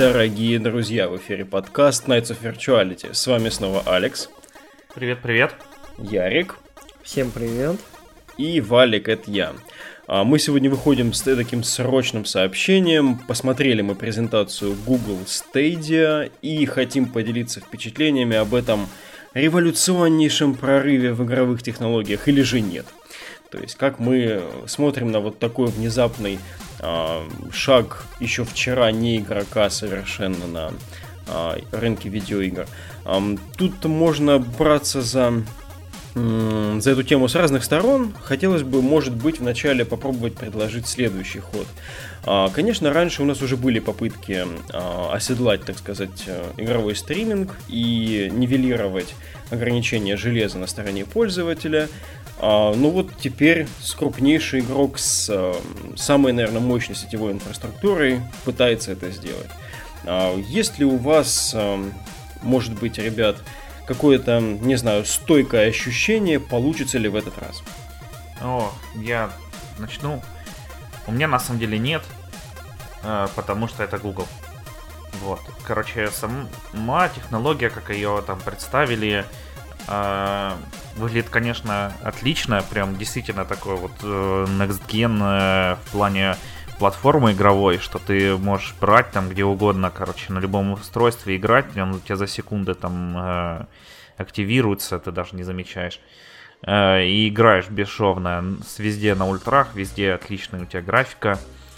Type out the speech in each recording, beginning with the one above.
Дорогие друзья, в эфире подкаст Nights of Virtuality. С вами снова Алекс. Привет. Ярик. Всем привет. И Валик, это я. Мы сегодня выходим с таким срочным сообщением. Посмотрели мы презентацию Google Stadia и хотим поделиться впечатлениями об этом революционнейшем прорыве в игровых технологиях, или же нет. То есть, как мы смотрим на вот такой внезапный шаг еще вчера не игрока совершенно на рынке видеоигр. Тут можно браться за эту тему с разных сторон. Хотелось бы, может быть, вначале попробовать предложить следующий ход. Конечно, раньше у нас уже были попытки оседлать, так сказать, игровой стриминг и нивелировать ограничения железа на стороне пользователя. Ну вот теперь крупнейший игрок с самой, наверное, мощной сетевой инфраструктурой пытается это сделать. Есть ли у вас, может быть, ребят, какое-то, не знаю, стойкое ощущение, получится ли в этот раз? Я начну. У меня на самом деле нет, потому что это Google. Вот. Короче, сама технология, как ее там представили, выглядит, конечно, отлично. Прям действительно такой вот next gen в плане платформы игровой, что ты можешь брать там где угодно, короче, на любом устройстве играть, он у тебя за секунды там активируется, ты даже не замечаешь. И играешь бесшовно, везде на ультрах, везде отличная у тебя графика.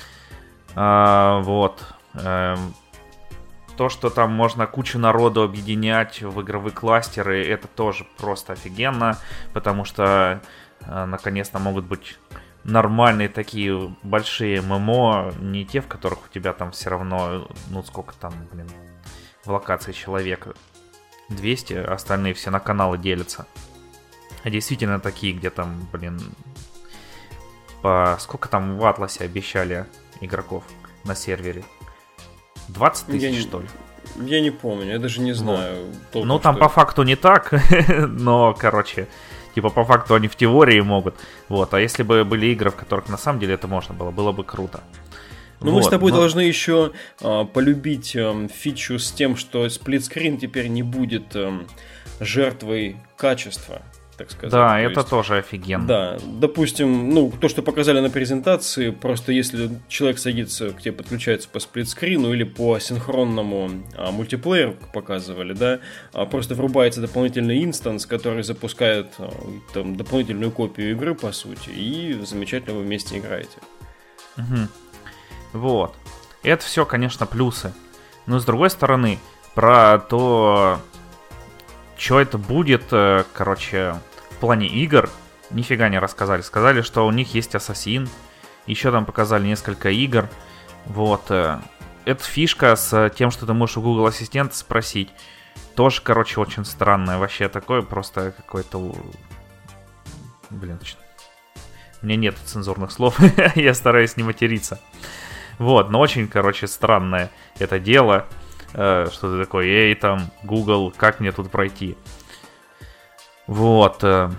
Вот. То, что там можно кучу народу объединять в игровые кластеры, это тоже просто офигенно, потому что наконец-то могут быть нормальные такие большие ММО, не те, в которых у тебя там все равно, сколько там, в локации человек 200, остальные все на каналы делятся. А действительно такие, где там, по сколько там в Атласе обещали игроков на сервере? 20 тысяч, что ли? Я не помню, я даже не знаю. Вот. Там по факту не так, но, короче, по факту они в теории могут. Вот, а если бы были игры, в которых на самом деле это можно было бы круто. Мы с тобой должны еще полюбить фичу с тем, что сплитскрин теперь не будет жертвой качества, так сказать. Да, это тоже офигенно. Да, допустим, то, что показали на презентации, просто если человек садится, к тебе подключается по сплитскрину или по синхронному мультиплееру, как показывали, да, просто врубается дополнительный инстанс, который запускает там дополнительную копию игры, по сути, и замечательно вы вместе играете. Угу. Вот. Это все, конечно, плюсы. Но с другой стороны, про то, что это будет, короче, в плане игр, нифига не рассказали. Сказали, что у них есть Ассасин. Еще там показали несколько игр. Вот. Эта фишка с тем, что ты можешь у Google Ассистента спросить, тоже, короче, очень странная. Вообще такое просто какое-то... У меня нет цензурных слов. Я стараюсь не материться. Вот, но очень, короче, странное это дело. Что ты такой, эй, там, Google, как мне тут пройти? Вот.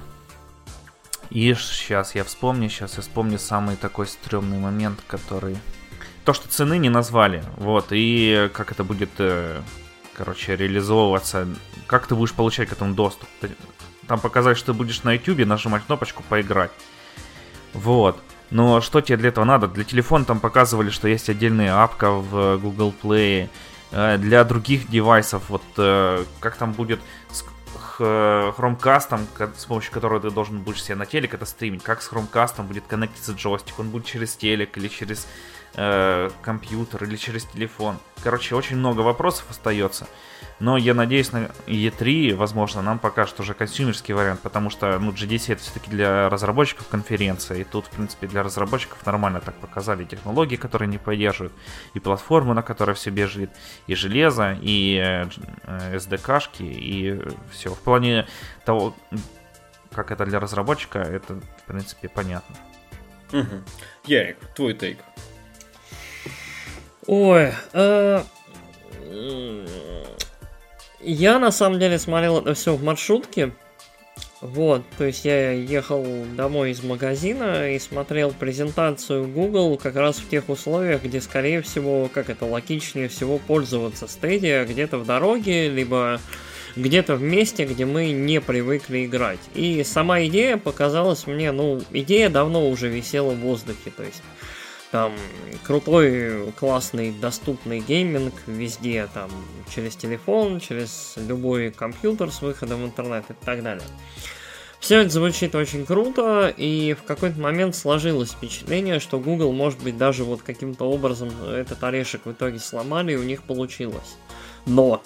И сейчас я вспомню самый такой стрёмный момент, который... То, что цены не назвали, вот, и как это будет, короче, реализовываться, как ты будешь получать к этому доступ. Там показали, что ты будешь на YouTube нажимать кнопочку «Поиграть». Вот. Но что тебе для этого надо? Для телефона там показывали, что есть отдельная апка в Google Play. Для других девайсов, вот как там будет с Chromecast, с помощью которого ты должен будешь себе на телек это стримить, как с Chromecast будет коннектиться джойстик, он будет через телек или через компьютер или через телефон. Короче, очень много вопросов остается. Но я надеюсь, на E3, возможно, нам покажут уже консюмерский вариант, потому что GDC это все-таки для разработчиков конференция, и тут, в принципе, для разработчиков нормально так показали технологии, которые не поддерживают, и платформы, на которой все бежит, и железо, и SDK-шки, и все. В плане того, как это для разработчика, это, в принципе, понятно. Угу. Ярик, твой тейк. Ой, я на самом деле смотрел это все в маршрутке. Вот, то есть я ехал домой из магазина и смотрел презентацию Google как раз в тех условиях, где, скорее всего, как это логичнее всего пользоваться Stadia, где-то в дороге, либо где-то в месте, где мы не привыкли играть. И сама идея показалась мне, идея давно уже висела в воздухе, то есть там крутой, классный, доступный гейминг везде, там через телефон, через любой компьютер с выходом в интернет и так далее. Все это звучит очень круто, и в какой-то момент сложилось впечатление, что Google, может быть, даже вот каким-то образом этот орешек в итоге сломали, и у них получилось. Но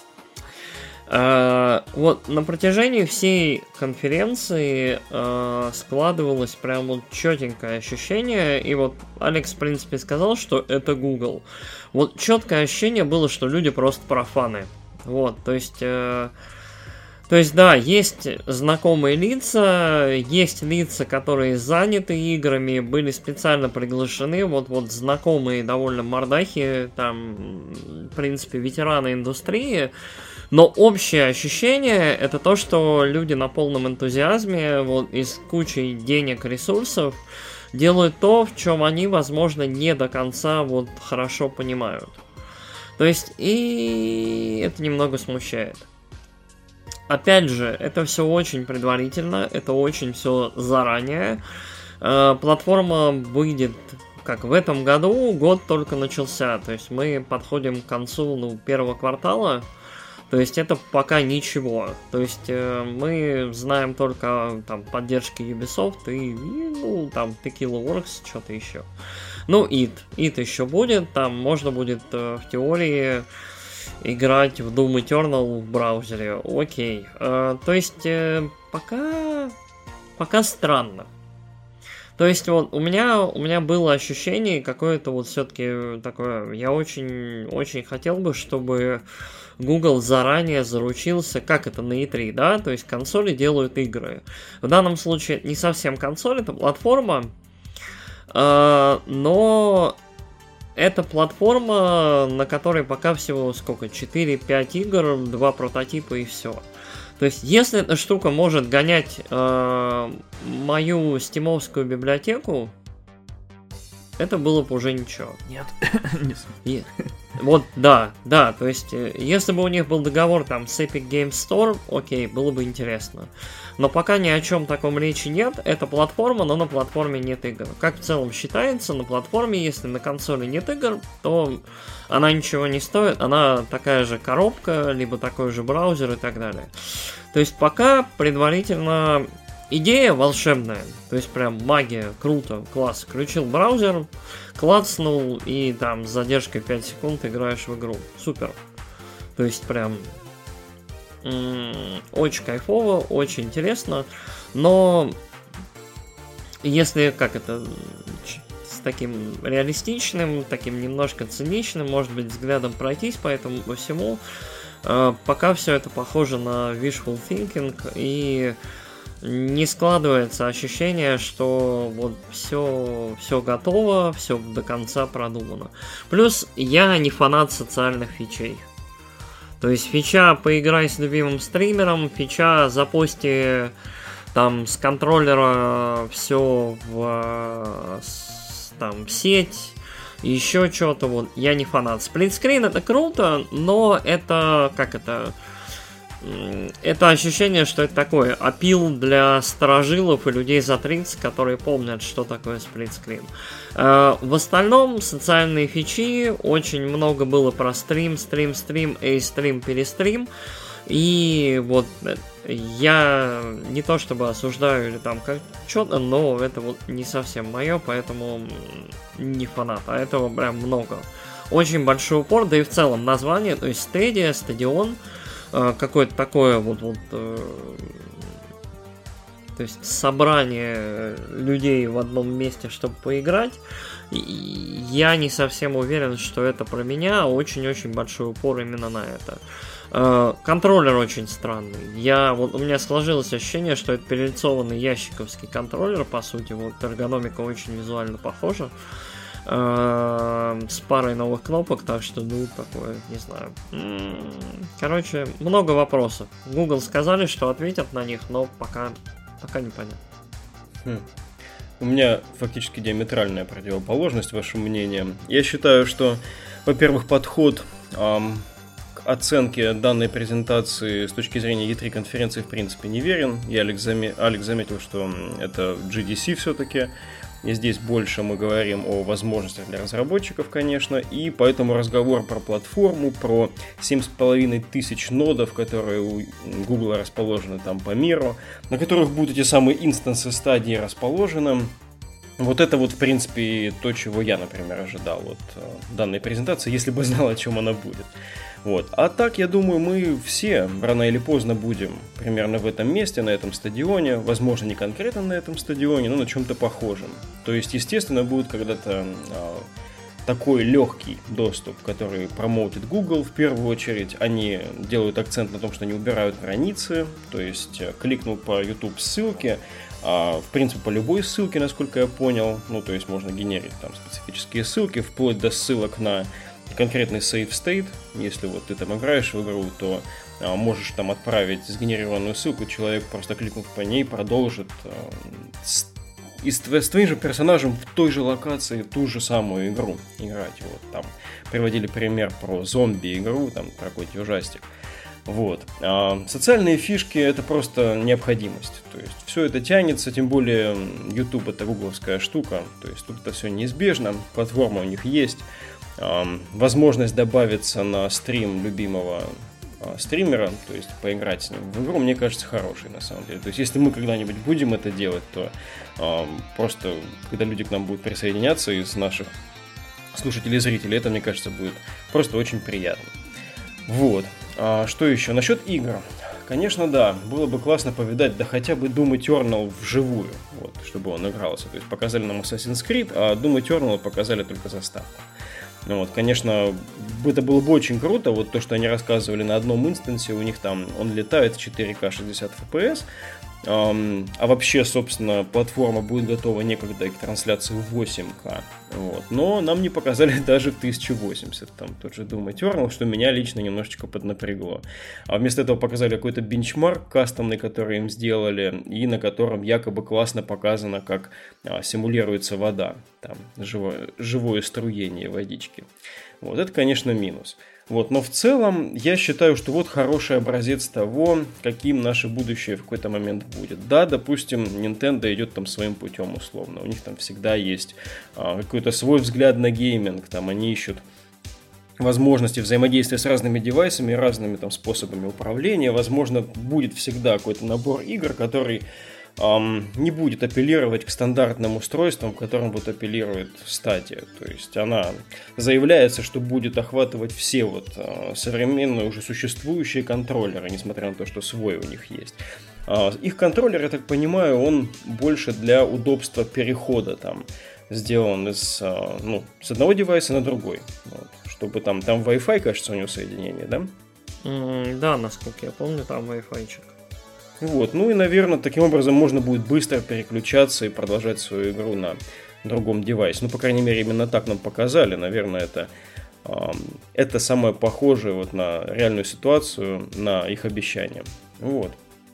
вот на протяжении всей конференции складывалось прям вот четенькое ощущение, и вот Алекс, в принципе, сказал, что это Google. Вот четкое ощущение было, что люди просто профаны. Вот, то есть, да, есть знакомые лица, есть лица, которые заняты играми, были специально приглашены, вот знакомые довольно мордахи, там, в принципе, ветераны индустрии. Но общее ощущение это то, что люди на полном энтузиазме, вот из кучи денег, ресурсов, делают то, в чем они, возможно, не до конца вот хорошо понимают. То есть, и это немного смущает. Опять же, это все очень предварительно, это очень все заранее. Платформа выйдет, как в этом году, год только начался, то есть мы подходим к концу первого квартала. То есть это пока ничего. То есть мы знаем только там поддержки Ubisoft и там Tequila Works, что-то еще. It еще будет. Там можно будет в теории играть в Doom Eternal в браузере. Окей. То есть пока странно. То есть вот у меня было ощущение какое-то вот все-таки такое. Я очень хотел бы, чтобы Google заранее заручился, как это на E3, да, то есть консоли делают игры. В данном случае это не совсем консоль, это платформа, но это платформа, на которой пока всего 4-5 игр, 2 прототипа и все. То есть, если эта штука может гонять мою стимовскую библиотеку, это было бы уже ничего. Нет. Вот, да, то есть, если бы у них был договор там с Epic Games Store, окей, было бы интересно. Но пока ни о чем таком речи нет, это платформа, но на платформе нет игр. Как в целом считается, на платформе, если на консоли нет игр, то она ничего не стоит, она такая же коробка, либо такой же браузер и так далее. То есть, пока предварительно идея волшебная, то есть прям магия, круто, класс. Включил браузер, клацнул и там с задержкой 5 секунд играешь в игру. Супер. То есть прям очень кайфово, очень интересно. Но если с таким реалистичным, таким немножко циничным, может быть, взглядом пройтись по этому по всему, пока все это похоже на wishful thinking и не складывается ощущение, что вот все готово, все до конца продумано. Плюс я не фанат социальных фичей. То есть фича поиграй с любимым стримером, фича запусти там с контроллера все в сеть, еще что-то. Вот я не фанат. Сплитскрин это круто, но это это ощущение, что это такое аппил для старожилов и людей за 30, которые помнят, что такое сплитскрин. В остальном социальные фичи, очень много было про стрим, A-стрим, перестрим. И вот я не то чтобы осуждаю или там как что-то, но это вот не совсем мое, поэтому не фанат, а этого прям много. Очень большой упор, да и в целом название, то есть Stadia, стадион, какое-то такое то есть собрание людей в одном месте, чтобы поиграть. И я не совсем уверен, что это про меня. Очень-очень большой упор именно на это. Контроллер очень странный. У меня сложилось ощущение, что это перелицованный ящиковский контроллер, по сути. Вот эргономика очень визуально похожа. С парой новых кнопок, так что, такое, не знаю. Короче, много вопросов. Google сказали, что ответят на них, но пока пока непонятно. У меня фактически диаметральная противоположность вашим мнениям. Я считаю, что, во-первых, подход к оценке данной презентации с точки зрения E3 конференции в принципе неверен. Алекс заметил, что это GDC все-таки. И здесь больше мы говорим о возможностях для разработчиков, конечно, и поэтому разговор про платформу, про 7500 нодов, которые у Google расположены там по миру, на которых будут эти самые инстансы стадии расположены. Вот это вот, в принципе, то, чего я, например, ожидал от данной презентации, если бы знал, о чем она будет. Вот. А так, я думаю, мы все рано или поздно будем примерно в этом месте, на этом стадионе. Возможно, не конкретно на этом стадионе, но на чем-то похожем. То есть, естественно, будет когда-то такой легкий доступ, который промоутит Google. В первую очередь, они делают акцент на том, что они убирают границы. То есть, кликнул по YouTube ссылке, в принципе, по любой ссылке, насколько я понял. Ну, то есть, можно генерить там специфические ссылки, вплоть до ссылок на конкретный save state. Если вот ты там играешь в игру, то можешь там отправить сгенерированную ссылку, человек, просто кликнув по ней, продолжит с твоим же персонажем в той же локации ту же самую игру играть. Вот там приводили пример про зомби-игру, там про какой-то ужастик. Вот. Социальные фишки — это просто необходимость. То есть все это тянется, тем более YouTube — это гугловская штука, то есть тут это все неизбежно, платформа у них есть. Возможность добавиться на стрим любимого стримера, то есть поиграть с ним в игру, мне кажется, хорошей на самом деле. То есть если мы когда-нибудь будем это делать, то просто когда люди к нам будут присоединяться из наших слушателей и зрителей, это, мне кажется, будет просто очень приятно. Вот. Что еще? Насчет игр. Конечно, да, было бы классно повидать, да хотя бы Doom Eternal вживую, вот, чтобы он игрался. То есть показали нам Assassin's Creed, а Doom Eternal показали только заставку. Ну вот, конечно, это было бы очень круто, вот то, что они рассказывали на одном инстансе, у них там он летает в 4К 60 FPS, а вообще, собственно, платформа будет готова некогда и к трансляции в 8К, вот. Но нам не показали даже в 1080, там тот же Doom Eternal, что меня лично немножечко поднапрягло. А вместо этого показали какой-то бенчмарк кастомный, который им сделали, и на котором якобы классно показано, как симулируется вода, там живое струение водички. Вот это, конечно, минус. Вот, но в целом я считаю, что вот хороший образец того, каким наше будущее в какой-то момент будет. Да, допустим, Nintendo идет там своим путем условно. У них там всегда есть какой-то свой взгляд на гейминг. Там они ищут возможности взаимодействия с разными девайсами, разными там способами управления. Возможно, будет всегда какой-то набор игр, который не будет апеллировать к стандартным устройствам, к которым вот апеллирует Stadia. То есть она заявляется, что будет охватывать все вот современные уже существующие контроллеры, несмотря на то, что свой у них есть. Их контроллер, я так понимаю, он больше для удобства перехода там сделан с одного девайса на другой. Вот. Чтобы там Wi-Fi, кажется, у него соединение, да? Да, насколько я помню, там Wi-Fi-чик. Вот, ну и, наверное, таким образом можно будет быстро переключаться и продолжать свою игру на другом девайсе. Ну, по крайней мере, именно так нам показали. Наверное, это самое похожее вот на реальную ситуацию, на их обещания. Вот.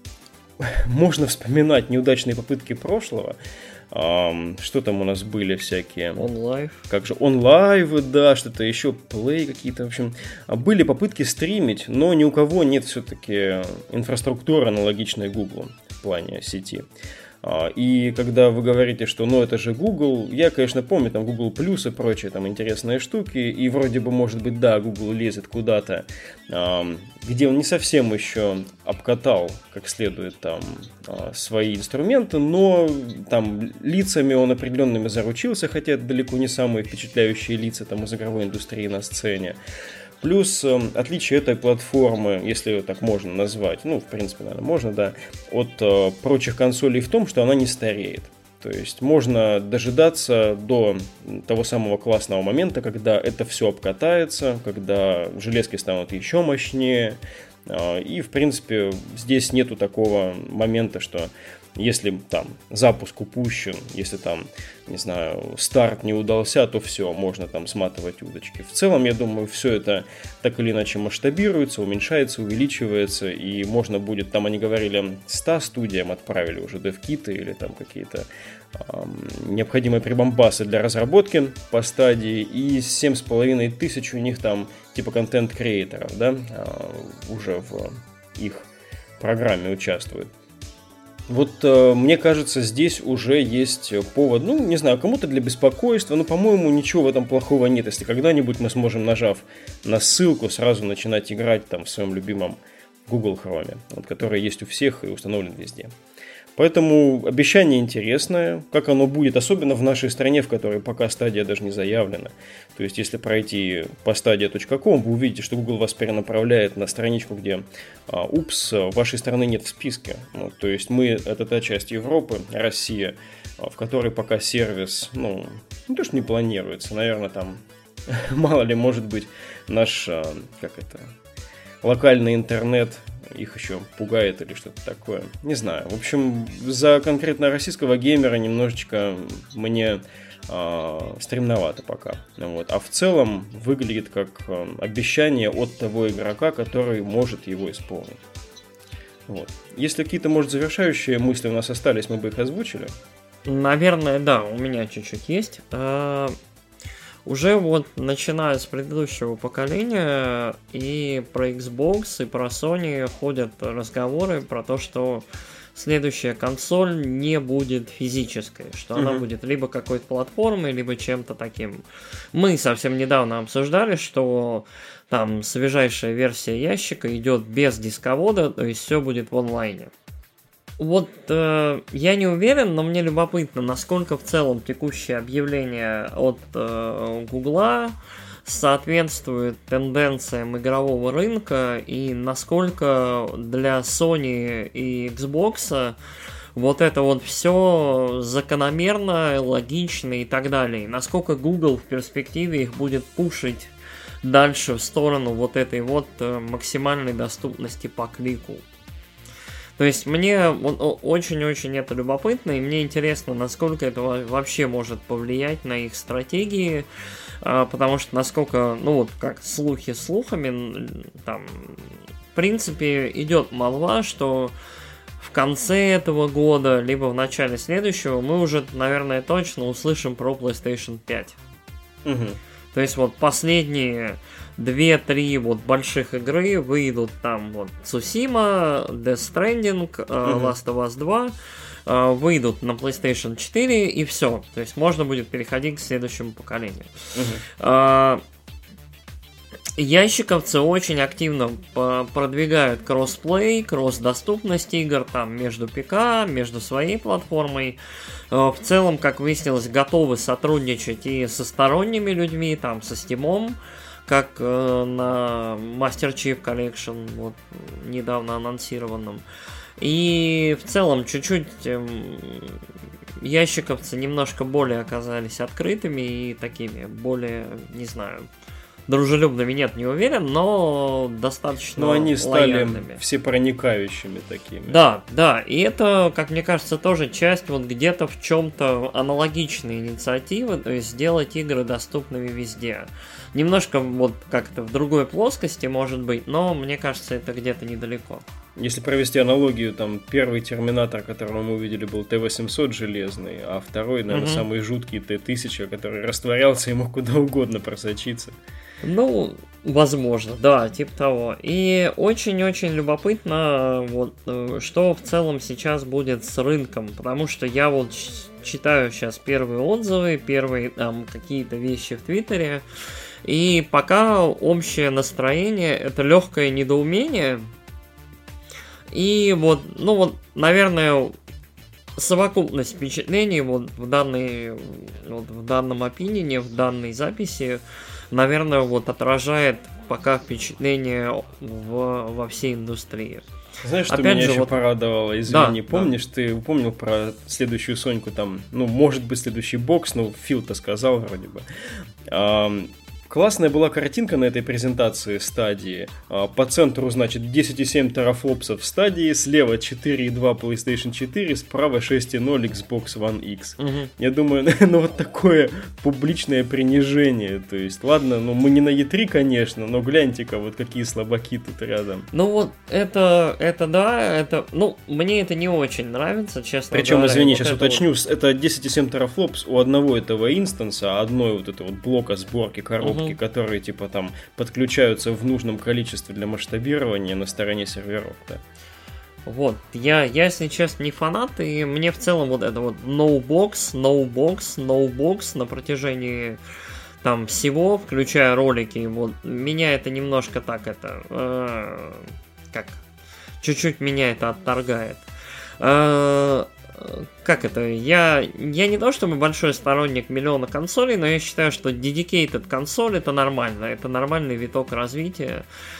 Можно вспоминать неудачные попытки прошлого. Что там у нас были всякие? OnLive. Как же OnLive, да, что-то еще, Play какие-то, в общем. Были попытки стримить, но ни у кого нет все-таки инфраструктуры, аналогичной Google в плане сети. И когда вы говорите, что это же Google, я, конечно, помню там Google Plus и прочие там интересные штуки, и вроде бы, может быть, да, Google лезет куда-то, где он не совсем еще обкатал как следует там свои инструменты, но там лицами он определенными заручился, хотя это далеко не самые впечатляющие лица там из игровой индустрии на сцене. Плюс отличие этой платформы, если ее так можно назвать, в принципе, наверное, можно, да, от прочих консолей в том, что она не стареет. То есть можно дожидаться до того самого классного момента, когда это все обкатается, когда железки станут еще мощнее. И, в принципе, здесь нету такого момента, что Если там запуск упущен, если там, не знаю, старт не удался, то все, можно там сматывать удочки. В целом, я думаю, все это так или иначе масштабируется, уменьшается, увеличивается, и можно будет, там они говорили, 100 студиям отправили уже девкиты или там какие-то необходимые прибамбасы для разработки по стадии, и 7500 у них там типа контент-креаторов, да, уже в их программе участвуют. Вот мне кажется, здесь уже есть повод, ну, не знаю, кому-то для беспокойства, но, по-моему, ничего в этом плохого нет, если когда-нибудь мы сможем, нажав на ссылку, сразу начинать играть там в своем любимом Google Chrome, вот, который есть у всех и установлен везде. Поэтому обещание интересное, как оно будет, особенно в нашей стране, в которой пока стадия даже не заявлена. То есть, если пройти по stadia.com, вы увидите, что Google вас перенаправляет на страничку, где упс, вашей страны нет в списке. Ну, то есть, это та часть Европы, Россия, в которой пока сервис, не то что не планируется, наверное, там, мало ли, может быть, наш, локальный интернет их еще пугает или что-то такое. Не знаю. В общем, за конкретно российского геймера немножечко мне стремновато пока. Вот. А в целом выглядит как обещание от того игрока, который может его исполнить. Вот. Если какие-то, может, завершающие мысли у нас остались, мы бы их озвучили. Наверное, да, у меня чуть-чуть есть. Уже вот начиная с предыдущего поколения и про Xbox, и про Sony ходят разговоры про то, что следующая консоль не будет физической, что она будет либо какой-то платформой, либо чем-то таким. Мы совсем недавно обсуждали, что там свежайшая версия ящика идет без дисковода, то есть все будет в онлайне. Вот я не уверен, но мне любопытно, насколько в целом текущее объявление от Гугла соответствует тенденциям игрового рынка и насколько для Sony и Xbox вот это вот все закономерно, логично и так далее. И насколько Google в перспективе их будет пушить дальше в сторону вот этой вот максимальной доступности по клику. То есть мне очень-очень это любопытно, и мне интересно, насколько это вообще может повлиять на их стратегии, потому что насколько, как слухи слухами, там, в принципе, идет молва, что в конце этого года, либо в начале следующего, мы уже, наверное, точно услышим про PlayStation 5. Угу. То есть вот последние 2-3 вот больших игры выйдут там вот Tsushima, Death Stranding, Last of Us 2, выйдут на PlayStation 4 и все. То есть можно будет переходить к следующему поколению. Ящиковцы очень активно продвигают кроссплей, кросс-доступность игр там между ПК, между своей платформой. В целом, как выяснилось, готовы сотрудничать и со сторонними людьми, там, со Steam'ом, как на Master Chief Collection, вот, недавно анонсированном. И в целом, чуть-чуть ящиковцы немножко более оказались открытыми и такими, более, не знаю, дружелюбными, нет, не уверен, но достаточно лояльными. Но они стали всепроникающими такими. Да, и это, как мне кажется, тоже часть вот где-то в чем-то аналогичной инициативы, то есть сделать игры доступными везде. Немножко вот как-то в другой плоскости, может быть, но мне кажется, это где-то недалеко. Если провести аналогию, там первый Терминатор, которого мы увидели, был Т-800 железный, а второй, наверное, самый жуткий Т-1000, который растворялся и мог куда угодно просочиться. Возможно, да, типа того. И очень-очень любопытно, вот, что в целом сейчас будет с рынком, потому что я вот читаю сейчас первые отзывы, первые там какие-то вещи в Твиттере, и пока общее настроение — это легкое недоумение. И вот, наверное, совокупность впечатлений вот в данном опинионе, в данной записи, наверное, вот отражает пока впечатление во всей индустрии. Знаешь, что меня еще порадовало? Извини, помнишь, ты упомнил про следующую Соньку, там, может быть, следующий бокс, Фил-то сказал вроде бы. Классная была картинка на этой презентации стадии. По центру, значит, 10,7 терафлопсов в стадии, слева 4,2 PlayStation 4, справа 6,0 Xbox One X. Я думаю, ну вот такое публичное принижение. То есть, ладно, ну мы не на E3, конечно, но гляньте-ка, вот какие слабаки тут рядом. Ну вот, это да, это, ну, мне это не очень нравится, честно Причем, говоря. извини, вот сейчас уточню, вот... это 10,7 терафлопс у одного этого инстанса, одной вот этого вот блока сборки коробки, которые типа там подключаются в нужном количестве для масштабирования на стороне серверов, да. Вот, я, если честно, не фанат, и мне в целом вот это вот no box на протяжении там всего, включая ролики, вот, меня это немножко так, это, как, чуть-чуть меня это отторгает. Как это? Я не то чтобы большой сторонник миллиона консолей, но я считаю, что dedicated консоль это нормально. Это нормальный виток развития.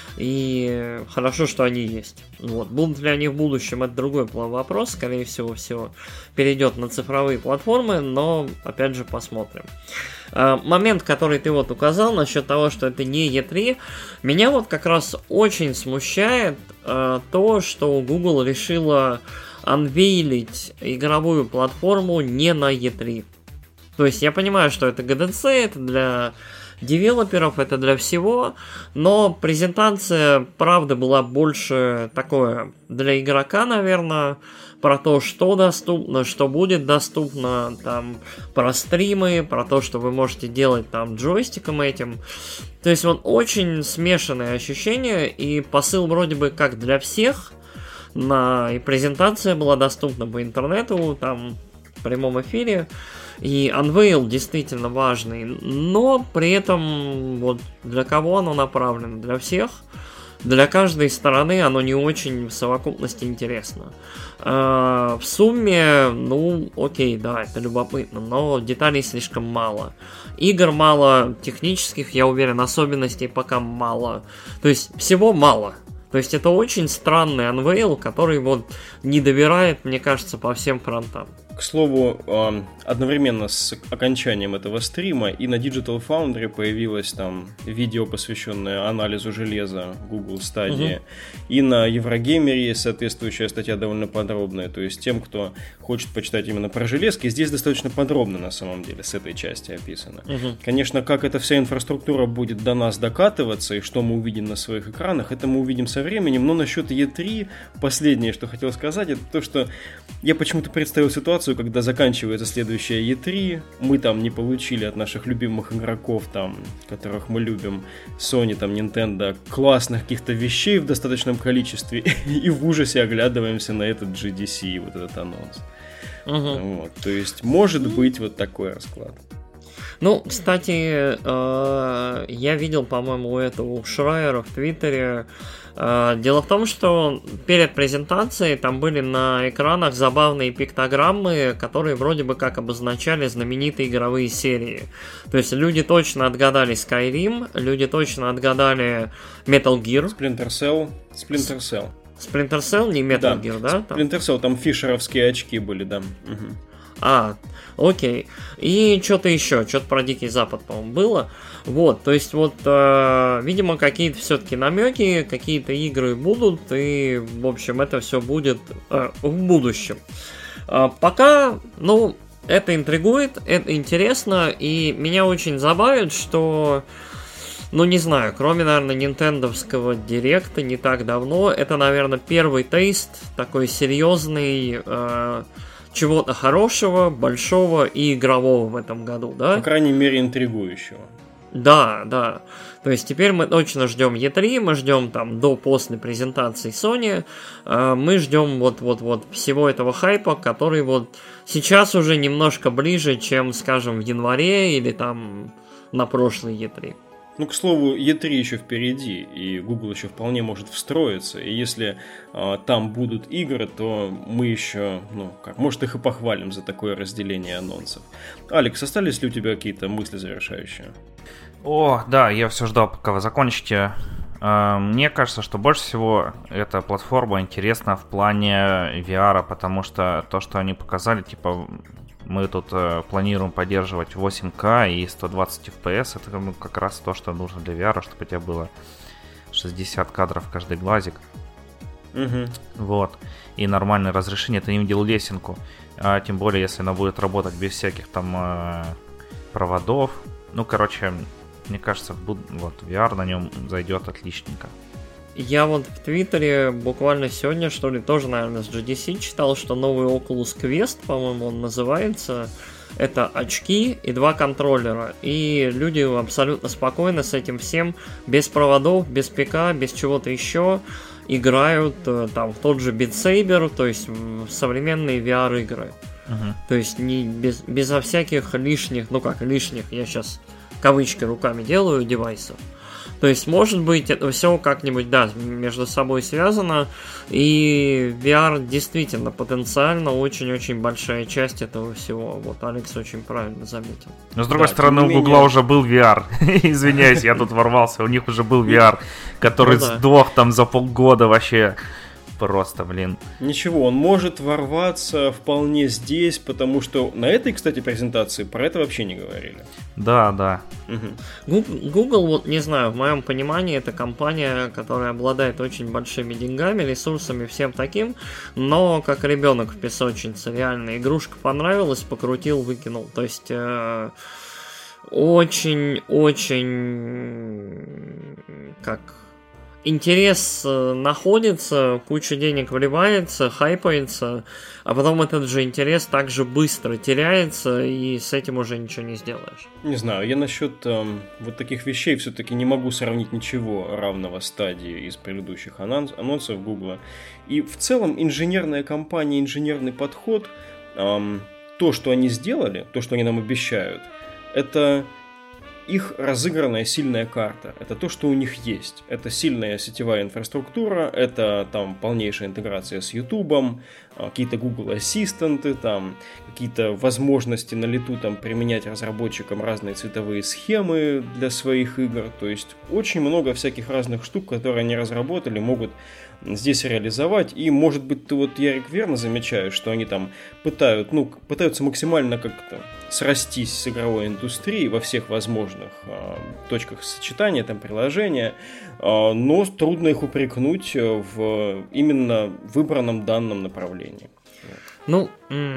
И хорошо, что они есть. Вот. Будут ли они в будущем, это другой вопрос. Скорее всего, все перейдет на цифровые платформы, но опять же посмотрим. Момент, который ты вот указал насчет того, что это не E3, меня вот как раз очень смущает то, что Google решила анвейлить игровую платформу не на E3. То есть я понимаю, что это GDC, это для девелоперов, это для всего, но презентация, правда, была больше такое для игрока, наверное, про то, что доступно, что будет доступно, там, про стримы, про то, что вы можете делать там джойстиком этим. То есть вот очень смешанные ощущения, и посыл вроде бы как для всех, и презентация была доступна по интернету, там, в прямом эфире, и Unveil действительно важный, но при этом вот для кого оно направлено? Для всех. Для каждой стороны оно не очень в совокупности интересно. В сумме, ну, окей, да, это любопытно, но деталей слишком мало. Игр мало, технических, я уверен, особенностей пока мало. То есть всего мало. То есть это очень странный Unveil, который вот не добирает, мне кажется, по всем фронтам. К слову, одновременно с окончанием этого стрима и на Digital Foundry появилось там видео, посвященное анализу железа Google Stadia, и на Еврогеймере есть соответствующая статья довольно подробная, то есть тем, кто хочет почитать именно про железки, здесь достаточно подробно на самом деле с этой части описано. Конечно, как эта вся инфраструктура будет до нас докатываться и что мы увидим на своих экранах, это мы увидим со временем, но насчет E3 последнее, что хотел сказать, это то, что я почему-то представил ситуацию, когда заканчивается следующая E3, мы там не получили от наших любимых игроков, там, которых мы любим, Sony, там, Nintendo, классных каких-то вещей в достаточном количестве, и в ужасе оглядываемся на этот GDC, вот этот анонс. Вот, то есть, может быть вот такой расклад. Ну, кстати, я видел, по-моему, у Шрайера в Твиттере. Дело в том, что перед презентацией там были на экранах забавные пиктограммы, которые вроде бы как обозначали знаменитые игровые серии. То есть люди точно отгадали Skyrim, люди точно отгадали Metal Gear. Splinter Cell. Splinter Cell, не Metal Gear, да? Splinter Cell, там фишеровские очки были, да. Окей. И что-то еще, что-то про Дикий Запад, по-моему, было. Вот, то есть вот, видимо, какие-то все-таки намеки, какие-то игры будут, и, в общем, это все будет в будущем. Пока, ну, это интригует, это интересно, и меня очень забавит, что, ну, не знаю, кроме, наверное, нинтендовского директа не так давно, это, наверное, первый тейст такой серьезный, чего-то хорошего, большого и игрового в этом году, да? По крайней мере, интригующего. Да. То есть теперь мы точно ждем E3, мы ждем там до-после презентации Sony, мы ждем вот всего этого хайпа, который вот сейчас уже немножко ближе, чем, скажем, в январе или там на прошлый E3. Ну, к слову, E3 еще впереди, и Google еще вполне может встроиться, и если там будут игры, то мы еще, может, их и похвалим за такое разделение анонсов. Алекс, остались ли у тебя какие-то мысли завершающие? Да, я все ждал, пока вы закончите. Мне кажется, что больше всего эта платформа интересна в плане VR, потому что то, что они показали, типа, мы тут планируем поддерживать 8К и 120 FPS. Это как раз то, что нужно для VR, чтобы у тебя было 60 кадров в каждый глазик. Вот. И нормальное разрешение. Ты не видел лесенку. Тем более, если она будет работать без всяких там проводов. Ну, короче, мне кажется, вот VR на нем зайдет отличненько. Я вот в Твиттере буквально сегодня, что ли, тоже, наверное, с GDC читал, что новый Oculus Quest, по-моему, он называется. Это очки и 2 контроллера. И люди абсолютно спокойно с этим всем, без проводов, без ПК, без чего-то еще, играют там в тот же Beat Saber, то есть в современные VR-игры. То есть не безо всяких лишних, ну как лишних, я сейчас кавычки руками делаю, девайсов. То есть, может быть, это все как-нибудь, да, между собой связано, и VR действительно потенциально очень-очень большая часть этого всего. Вот Алекс очень правильно заметил. Но с другой стороны, у Гугла уже был VR. Извиняюсь, я тут ворвался, у них уже был VR, который сдох там за полгода вообще. Просто, блин. Ничего, он может ворваться вполне здесь, потому что на этой, кстати, презентации про это вообще не говорили. Да. Google, вот не знаю, в моем понимании, это компания, которая обладает очень большими деньгами, ресурсами, всем таким, но как ребенок в песочнице, реально, игрушка понравилась, покрутил, выкинул. То есть очень-очень как... интерес находится, куча денег вливается, хайпается, а потом этот же интерес также быстро теряется, и с этим уже ничего не сделаешь. Не знаю, я насчет вот таких вещей все-таки не могу сравнить ничего равного стадии из предыдущих анонсов Гугла. И в целом инженерная компания, инженерный подход, то, что они сделали, то, что они нам обещают, это... их разыгранная сильная карта. Это то, что у них есть. Это сильная сетевая инфраструктура, это там полнейшая интеграция с YouTube, какие-то Google Ассистенты, там какие-то возможности на лету там применять разработчикам разные цветовые схемы для своих игр. То есть очень много всяких разных штук, которые они разработали, могут здесь реализовать. И, может быть, ты вот, Ярик, верно замечаешь, что они там пытаются максимально как-то срастись с игровой индустрией во всех возможных точках сочетания, там, приложения, но трудно их упрекнуть в именно выбранном данном направлении. Ну,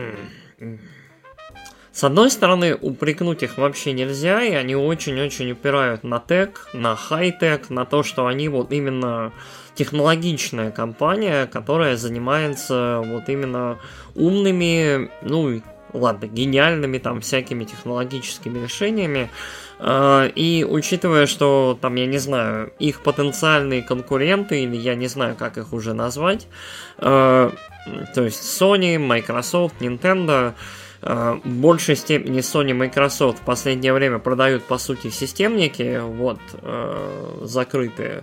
с одной стороны, упрекнуть их вообще нельзя, и они очень-очень упирают на тег, на хай-тег, на то, что они вот именно технологичная компания, которая занимается вот именно умными, ну, ладно, гениальными там всякими технологическими решениями. И учитывая, что там, я не знаю, их потенциальные конкуренты, или я не знаю, как их уже назвать, то есть Sony, Microsoft, Nintendo, в большей степени Sony и Microsoft в последнее время продают, по сути, системники, вот, закрытые,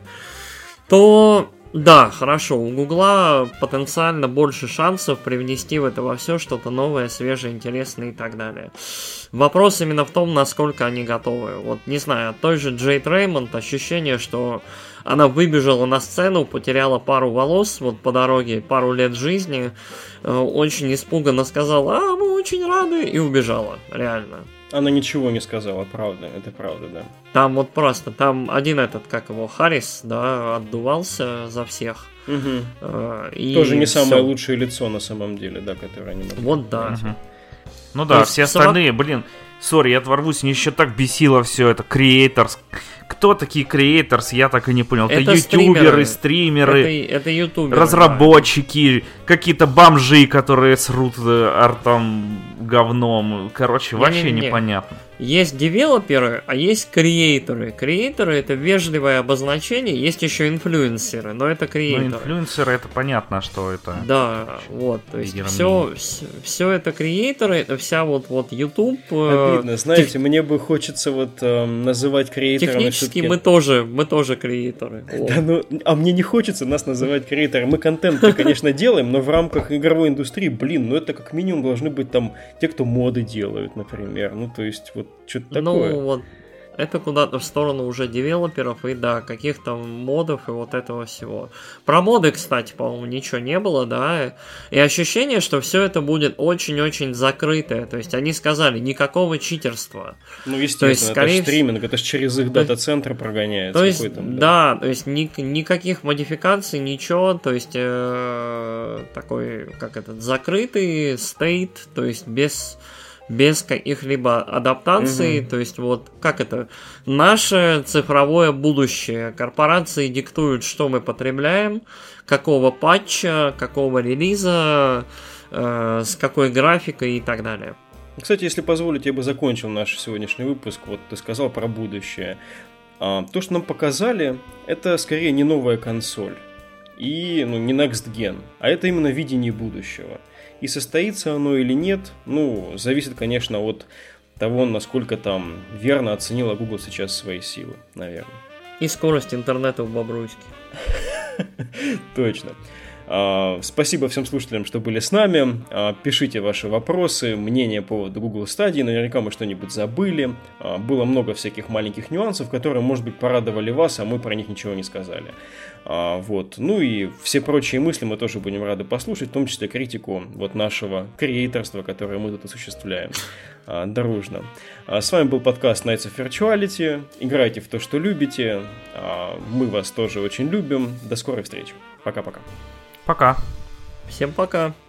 то да, хорошо, у Гугла потенциально больше шансов привнести в это во все что-то новое, свежее, интересное и так далее. Вопрос именно в том, насколько они готовы. Вот, не знаю, от той же Джейд Реймонд ощущение, что она выбежала на сцену, потеряла пару волос вот по дороге, пару лет жизни, очень испуганно сказала: мы очень рады, и убежала, реально. Она ничего не сказала, правда, это правда, да. Там вот просто, там один этот, как его, Харрис, да, отдувался за всех. И тоже не самое лучшее лицо на самом деле, да, которое они могут. Вот да. Ну да, все остальные, блин, сори, я отворвусь, мне еще так бесило все это, Creators. Кто такие Creators, я так и не понял. Это ютуберы, стримеры, это ютуберы, разработчики, да. Какие-то бомжи, которые срут артом говном. Короче, вообще непонятно. Есть девелоперы, а есть креаторы. Креаторы — это вежливое обозначение. Есть еще инфлюенсеры, но это креаторы. Ну, инфлюенсеры — это понятно, что это. Да, вот, то есть все это креаторы, это вся вот YouTube. Обидно, знаете, мне бы хочется вот называть креаторами. Технически мы тоже креаторы. Да, ну, а мне не хочется нас называть креаторами. Мы контент, конечно, делаем, но в рамках игровой индустрии, блин, ну это как минимум должны быть там те, кто моды делают, например. Ну, то есть, вот что-то такое. Ну, вот это куда-то в сторону уже девелоперов и, да, каких-то модов и вот этого всего. Про моды, кстати, по-моему, ничего не было, да, и ощущение, что все это будет очень-очень закрытое, то есть они сказали, никакого читерства. Ну, естественно, есть, это же стриминг, это же через их дата-центр прогоняется. То есть, да, то есть никаких модификаций, ничего, то есть такой, как этот, закрытый стейт, то есть без каких-либо адаптаций, то есть вот как это, наше цифровое будущее, корпорации диктуют, что мы потребляем, какого патча, какого релиза, с какой графикой и так далее. Кстати, если позволите, я бы закончил наш сегодняшний выпуск, вот ты сказал про будущее. То, что нам показали, это скорее не новая консоль и не Next Gen, а это именно видение будущего. И состоится оно или нет, зависит, конечно, от того, насколько там верно оценила Google сейчас свои силы, наверное. И скорость интернета в Бобруйске. Точно. Спасибо всем слушателям, что были с нами. Пишите ваши вопросы, мнения по поводу Google Stadia. Наверняка мы что-нибудь забыли. Было много всяких маленьких нюансов, которые, может быть, порадовали вас, а мы про них ничего не сказали. Вот. Ну и все прочие мысли мы тоже будем рады послушать, в том числе критику вот нашего креаторства, которое мы тут осуществляем дружно. С вами был подкаст Nights of Virtuality. Играйте в то, что любите. Мы вас тоже очень любим. До скорой встречи. Пока-пока. Пока. Всем пока.